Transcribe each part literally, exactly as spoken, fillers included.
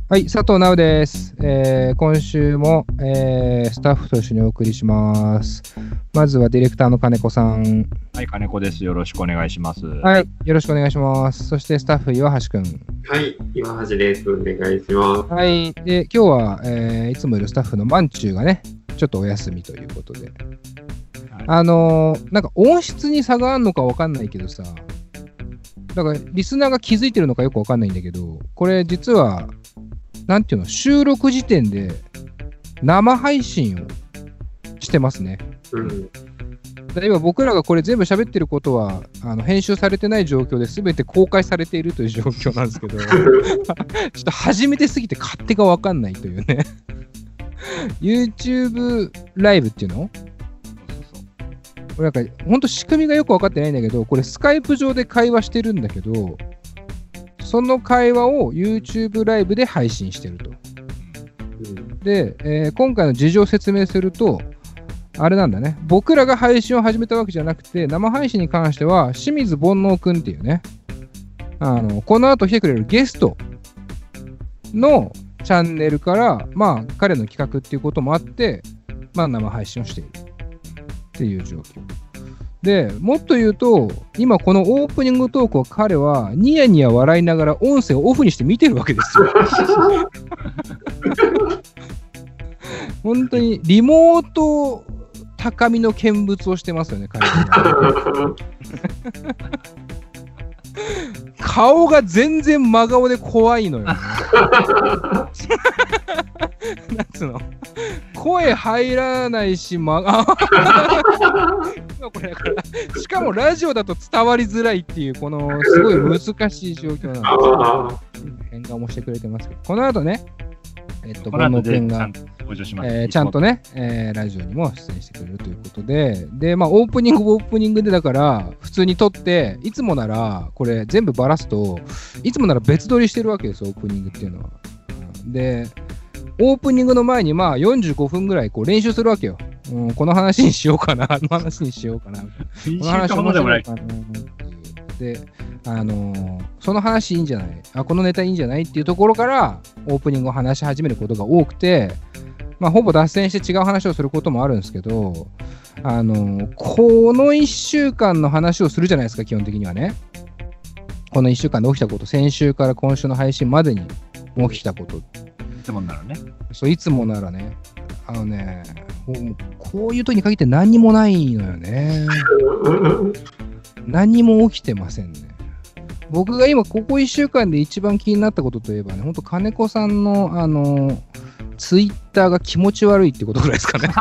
はい、佐藤直です、えー。今週も、えー、スタッフと一緒にお送りします。まずはディレクターの金子さん。 はい、金子です。よろしくお願いします。 はい、よろしくお願いします。そしてスタッフ岩橋くん。 はい、岩橋です。お願いします。 はい、で今日は、えー、いつもいるスタッフのまんちゅうがね、ちょっとお休みということで。はい、あのー、なんか音質に差があるのかわかんないけどさ、だからリスナーが気づいてるのかよくわかんないんだけど、これ実はなんていうの、収録時点で生配信をしてますね。うん、だ今僕らがこれ全部喋ってることはあの編集されてない状況で全て公開されているという状況なんですけどちょっと初めてすぎて勝手が分かんないというねYouTube ライブっていうのこれなんかほんと仕組みがよく分かってないんだけど、これスカイプ上で会話してるんだけど、その会話を YouTube ライブで配信してると。うん、で、えー、今回の事情を説明すると、あれなんだね、僕らが配信を始めたわけじゃなくて、生配信に関しては清水煩悩くんっていうね、あのこの後来てくれるゲストのチャンネルから、まあ彼の企画っていうこともあって、まあ生配信をしているっていう状況。でもっと言うと、今このオープニングトークを彼はニヤニヤ笑いながら音声をオフにして見てるわけですよ本当にリモート高みの見物をしてますよね、彼は顔が全然真顔で怖いのよ、ね、なんつうの、声入らないし、ま、これだからしかもラジオだと伝わりづらいっていう、このすごい難しい状況なんですけど、変顔もしてくれてますけど、この後ね、えっと、煩悩くんがえー、ちゃんとね、えー、ラジオにも出演してくれるということで、で、まあ、オープニング、オープニングでだから、普通に撮って、いつもなら、これ全部ばらすと、いつもなら別撮りしてるわけですよ、オープニングっていうのは。で、オープニングの前に、まあ、よんじゅうごふんぐらいこう練習するわけよ。うん、この話にしようかな、あの話にしようかな、この話面白いかなっていう。で、あのー、その話いいんじゃない、あ、このネタいいんじゃないっていうところから、オープニングを話し始めることが多くて、まあ、ほぼ脱線して違う話をすることもあるんですけど、あのー、このいっしゅうかんの話をするじゃないですか、基本的にはね。このいっしゅうかんで起きたこと、先週から今週の配信までに起きたこと。いつもならね。 そう、いつもならね。あのね、こういう時に限って何もないのよね。何も起きてませんね。僕が今、ここいっしゅうかんで一番気になったことといえばね、ほんと金子さんの、あのー、ツイッターが気持ち悪いってことぐらいですかね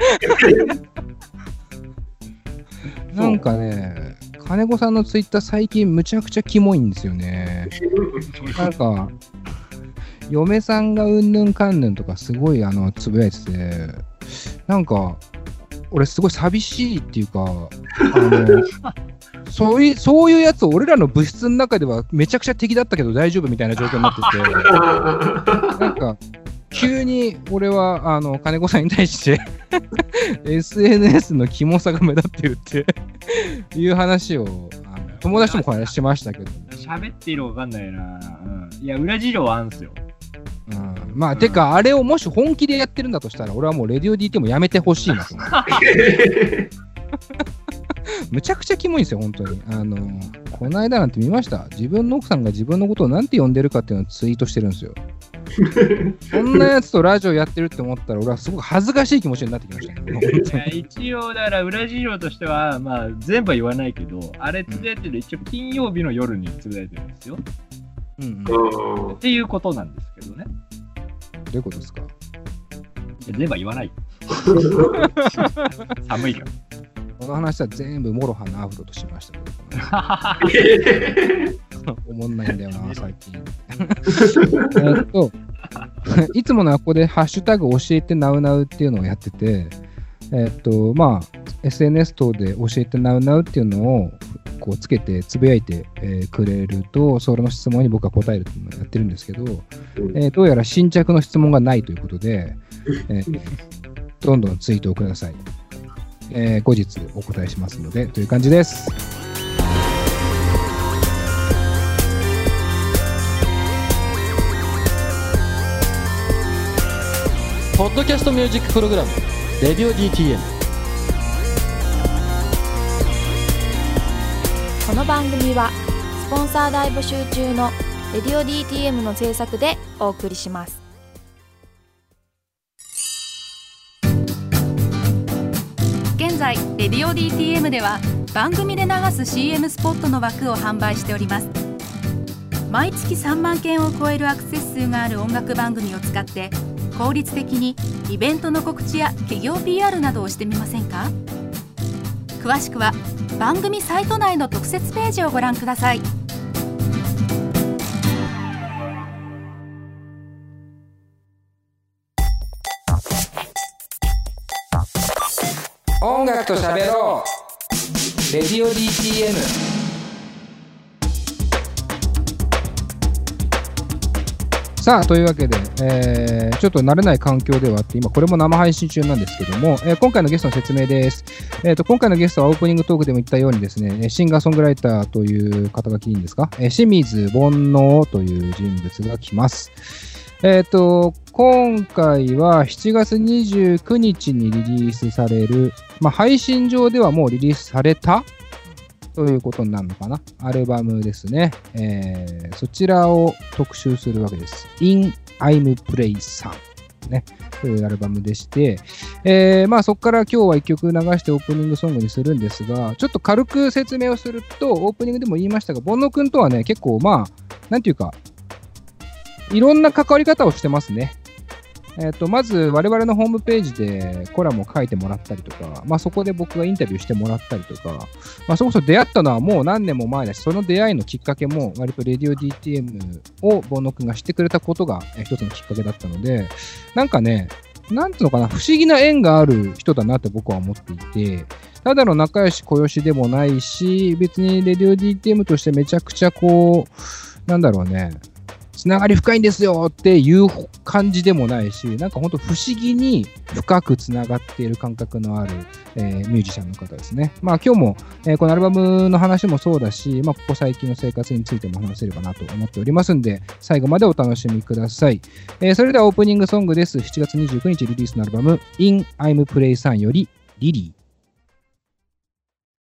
なんかね、金子さんのツイッター最近むちゃくちゃキモいんですよね。なんか嫁さんがうんぬんかんぬんとかすごいあのつぶやいてて、なんか俺すごい寂しいっていうか、あのそういう、そういうやつを俺らの部室の中ではめちゃくちゃ敵だったけど大丈夫みたいな状況になっててなんか急に俺はあの金子さんに対してエスエヌエス のキモさが目立ってるっていう話をあの友達ともこれしましたけど、 喋っているのか分かんないな、うん、いや裏事情はあるんすよ、 うん、まあ、うん、てかあれをもし本気でやってるんだとしたら俺はもうレディオ ディーティー もやめてほしいなと思ってむちゃくちゃキモいんですよ本当に。あのこの間なんて見ました、自分の奥さんが自分のことをなんて呼んでるかっていうのをツイートしてるんですよそんなやつとラジオやってるって思ったら俺はすごく恥ずかしい気持ちになってきましたねいや一応だから裏事情としては、まあ、全部は言わないけど、あれつぶやいてる、一応金曜日の夜につぶやいてるんですよ、うんうん、っていうことなんですけどね。 どういうことですか。 全部は言わない寒いから。 この話は全部モロハのアフロとしましたけどおもんないんだよな最近えっといつものここでハッシュタグ教えてナウナウっていうのをやってて、えっとまあ エスエヌエス 等で教えてナウナウっていうのをこうつけてつぶやいて、えー、くれるとそれの質問に僕は答えるっていうのをやってるんですけど、えー、どうやら新着の質問がないということで、えー、どんどんツイートをください。えー、後日お答えしますのでという感じです。 ポッドキャストミュージックプログラムレディオ ディーティーエム。 この番組はスポンサー大募集中のレディオ ディーティーエム の制作でお送りします。 現在レディオ ディーティーエム では番組で流す シーエム スポットの枠を販売しております。毎月さんまんけんを超えるアクセス数がある音楽番組を使って効率的にイベントの告知や企業 ピーアール などをしてみませんか？詳しくは番組サイト内の特設ページをご覧ください。 音楽と喋ろうレディオ ディーティーエム。さあというわけで、えー、ちょっと慣れない環境ではあって今これも生配信中なんですけども、えー、今回のゲストの説明です、えーと。今回のゲストはオープニングトークでも言ったようにですね、シンガーソングライターという肩書きいいんですか、えー、清水煩悩という人物が来ます。えーと今回はしちがつにじゅうくにちにリリースされる、まあ、配信上ではもうリリースされたということになるのかな。アルバムですね。えー、そちらを特集するわけです。In I'm Play さん、ね、というアルバムでして、えー、まあそこから今日はいっきょく流してオープニングソングにするんですが、ちょっと軽く説明をすると、オープニングでも言いましたが、煩悩くんとはね、結構まあ、なんていうか、いろんな関わり方をしてますね。えっと、まず我々のホームページでコラムを書いてもらったりとか、まあそこで僕がインタビューしてもらったりとか、まあそこそ出会ったのはもう何年も前だし、その出会いのきっかけも割とレディオ ディーティーエム を煩悩くんがしてくれたことが一つのきっかけだったので、なんかね、なんていうのかな、不思議な縁がある人だなって僕は思っていて、ただの仲良し小良しでもないし、別にレディオ ディーティーエム としてめちゃくちゃこう、なんだろうね、つながり深いんですよっていう感じでもないし、なんか本当不思議に深くつながっている感覚のある、えー、ミュージシャンの方ですね。まあ今日も、えー、このアルバムの話もそうだし、まあここ最近の生活についても話せればなと思っておりますんで、最後までお楽しみください。えー、それではオープニングソングです。しちがつにじゅうくにちリリースのアルバム In I'm Play さんよりリリー。